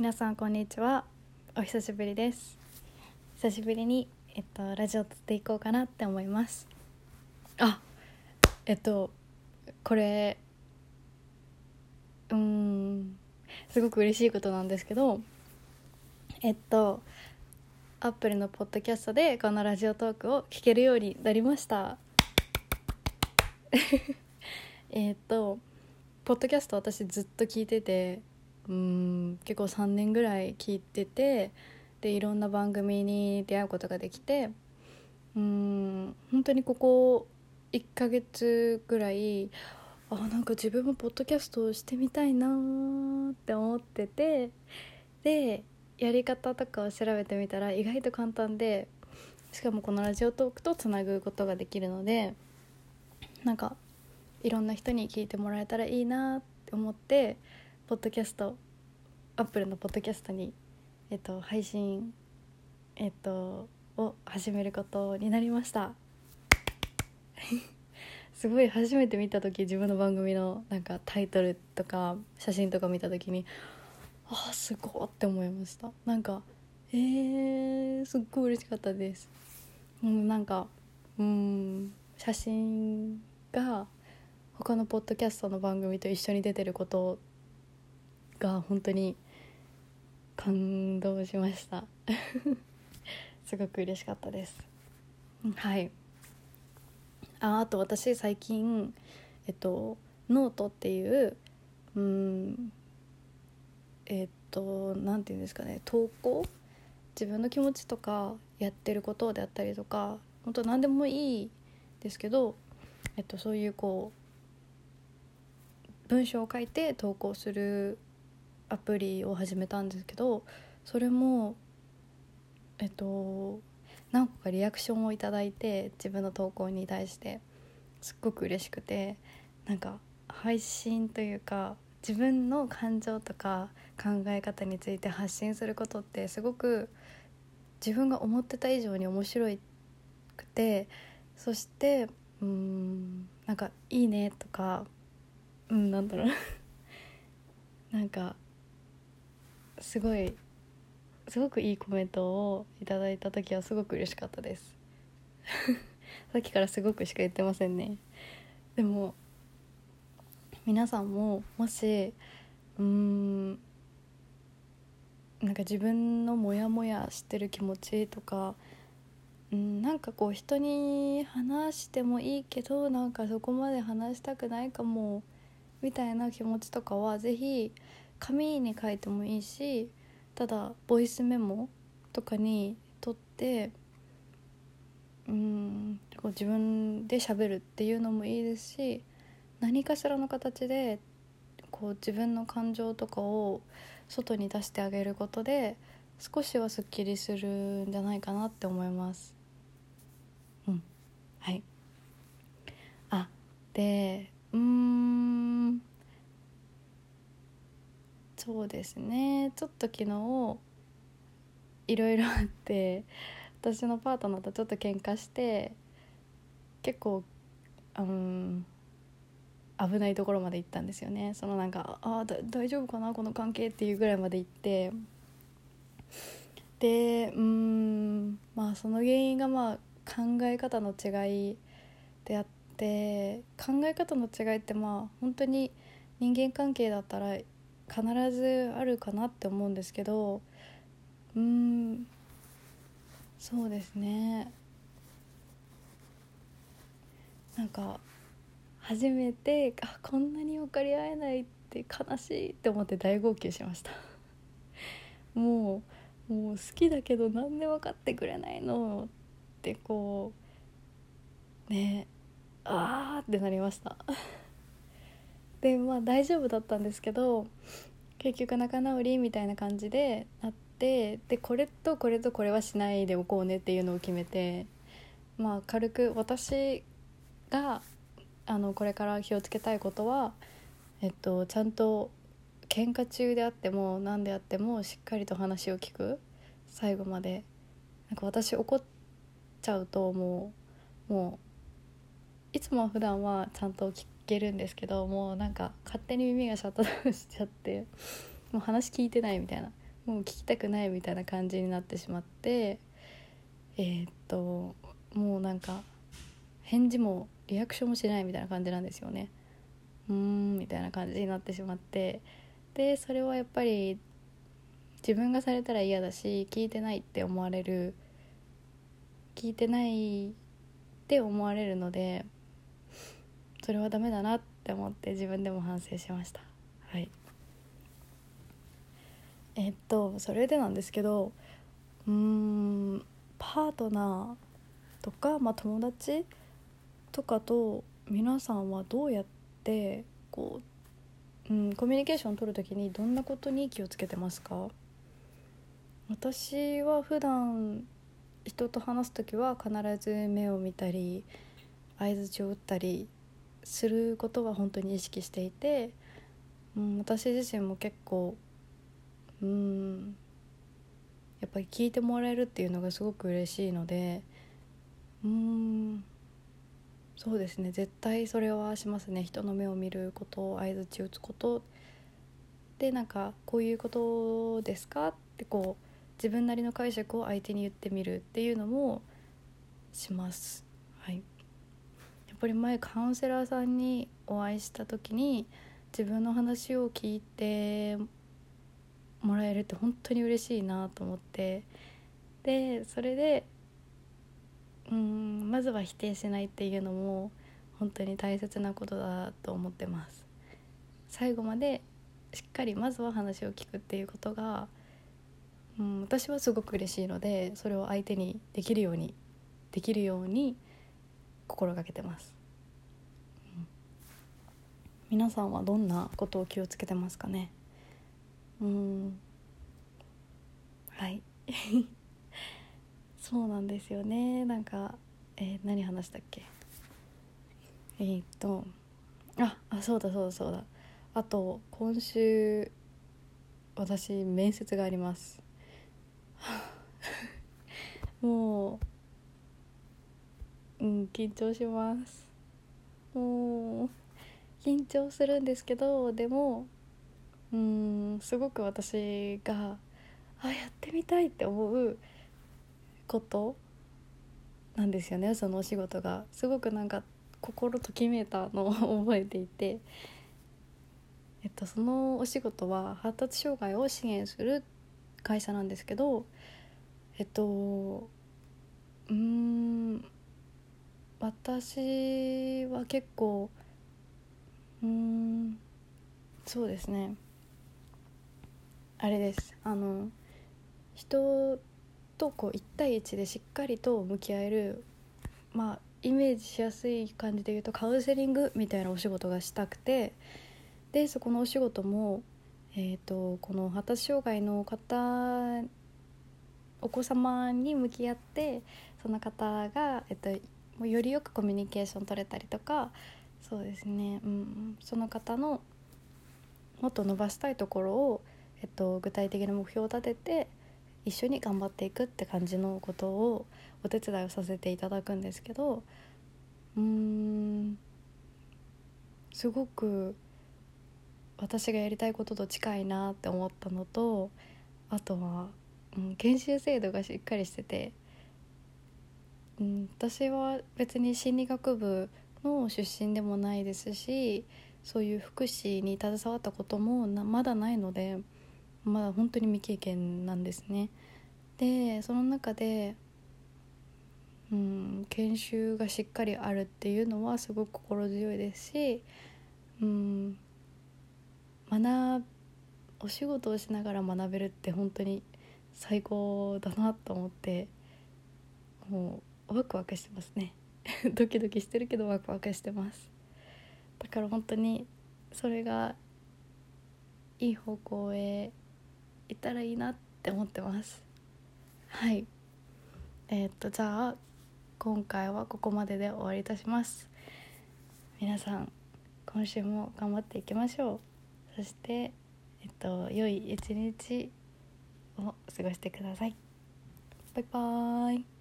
皆さんこんにちは。お久しぶりです。久しぶりにラジオ撮っていこうかなって思います。これすごく嬉しいことなんですけど、アップルのポッドキャストでこのラジオトークを聞けるようになりました。ポッドキャスト私ずっと聞いてて、結構3年ぐらい聞いてて、でいろんな番組に出会うことができて、本当にここ1ヶ月ぐらいなんか自分もポッドキャストをしてみたいなって思ってて、でやり方とかを調べてみたら意外と簡単で、しかもこのラジオトークとつなぐことができるので、なんかいろんな人に聞いてもらえたらいいなって思って、ポッドキャスト、アップルのポッドキャストに、配信、を始めることになりました。すごい初めて見た時、自分の番組のなんかタイトルとか写真とか見た時にすごいって思いました。なんかすっごい嬉しかったです。なんか写真が他のポッドキャストの番組と一緒に出てることが本当に感動しましたすごく嬉しかったです。はい。あと私最近ノートっていうなんていうんですかね、投稿、自分の気持ちとかやってることであったりとか、本当何でもいいですけど、そういう文章を書いて投稿するアプリを始めたんですけど、それも何個かリアクションをいただいて、自分の投稿に対してすっごく嬉しくて、なんか配信というか自分の感情とか考え方について発信することってすごく自分が思ってた以上に面白くて、そしてなんかいいねとかなんだろうなんかすごくいいコメントをいただいた時はすごく嬉しかったですさっきからすごくしか言ってませんね。でも皆さんももしなんか自分のモヤモヤしてる気持ちとか、なんか人に話してもいいけどなんかそこまで話したくないかもみたいな気持ちとかは、ぜひ紙に書いてもいいし、ただボイスメモとかに取って自分で喋るっていうのもいいですし、何かしらの形で自分の感情とかを外に出してあげることで少しはすっきりするんじゃないかなって思います。はい。でそうですね、ちょっと昨日いろいろあって、私のパートナーとちょっと喧嘩して、結構危ないところまで行ったんですよね。そのなんか大丈夫かなこの関係っていうぐらいまで行って、でその原因が考え方の違いであって、考え方の違いって本当に人間関係だったら必ずあるかなって思うんですけど、そうですね、なんか初めてこんなに分かり合えないって悲しいって思って大号泣しましたもう好きだけどなんで分かってくれないのってね、ってなりましたで大丈夫だったんですけど、結局仲直りみたいな感じでなって、でこれとこれとこれはしないでおこうねっていうのを決めて、軽く私がこれから気をつけたいことは、ちゃんと喧嘩中であっても何であってもしっかりと話を聞く、最後まで。なんか私怒っちゃうともういつも普段はちゃんと聞けるんですけど、もうなんか勝手に耳がシャットダウンしちゃって、もう話聞いてないみたいな、 もう聞きたくないみたいな感じになってしまって、もうなんか返事もリアクションもしないみたいな感じなんですよね。みたいな感じになってしまって、でそれはやっぱり自分がされたら嫌だし、聞いてないって思われるので、それはダメだなって思って自分でも反省しました。はい。それでなんですけど、パートナーとか、友達とかと皆さんはどうやってコミュニケーションを取るときにどんなことに気をつけてますか？私は普段人と話すときは必ず目を見たり相槌を打ったりすることは本当に意識していて、私自身も結構やっぱり聞いてもらえるっていうのがすごく嬉しいので、そうですね、絶対それはしますね。人の目を見ること、相槌打つことで、なんかこういうことですかって自分なりの解釈を相手に言ってみるっていうのもします。はい。やっぱり前カウンセラーさんにお会いした時に自分の話を聞いてもらえるって本当に嬉しいなと思って、でそれでまずは否定しないっていうのも本当に大切なことだと思ってます。最後までしっかりまずは話を聞くっていうことが、私はすごく嬉しいので、それを相手にできるように心がけてます。皆さんはどんなことを気をつけてますかね？はいそうなんですよね。なんか、何話したっけ？そうだ。あと今週私面接がありますもう、緊張します。もう緊張するんですけど、でもすごく私がやってみたいって思うことなんですよね。そのお仕事がすごくなんか心ときめいたのを覚えていて、そのお仕事は発達障害を支援する会社なんですけど、私は結構そうですね、あれです。人と1対1でしっかりと向き合える、イメージしやすい感じで言うとカウンセリングみたいなお仕事がしたくて、でそこのお仕事も、この発達障害の方、お子様に向き合って、その方が、もうよりよくコミュニケーション取れたりとか、そうですね、その方のもっと伸ばしたいところを、具体的な目標を立てて一緒に頑張っていくって感じのことをお手伝いをさせていただくんですけど、すごく私がやりたいことと近いなって思ったのと、あとは、研修制度がしっかりしてて、私は別に心理学部の出身でもないですし、そういう福祉に携わったこともまだないので、まだ本当に未経験なんですね。でその中で、研修がしっかりあるっていうのはすごく心強いですし、お仕事をしながら学べるって本当に最高だなと思って、もうワクワクしてますねドキドキしてるけどワクワクしてます。だから本当にそれがいい方向へ行ったらいいなって思ってます。はい。じゃあ今回はここまでで終わりいたします。皆さん今週も頑張っていきましょう。そして良い一日を過ごしてください。バイバーイ。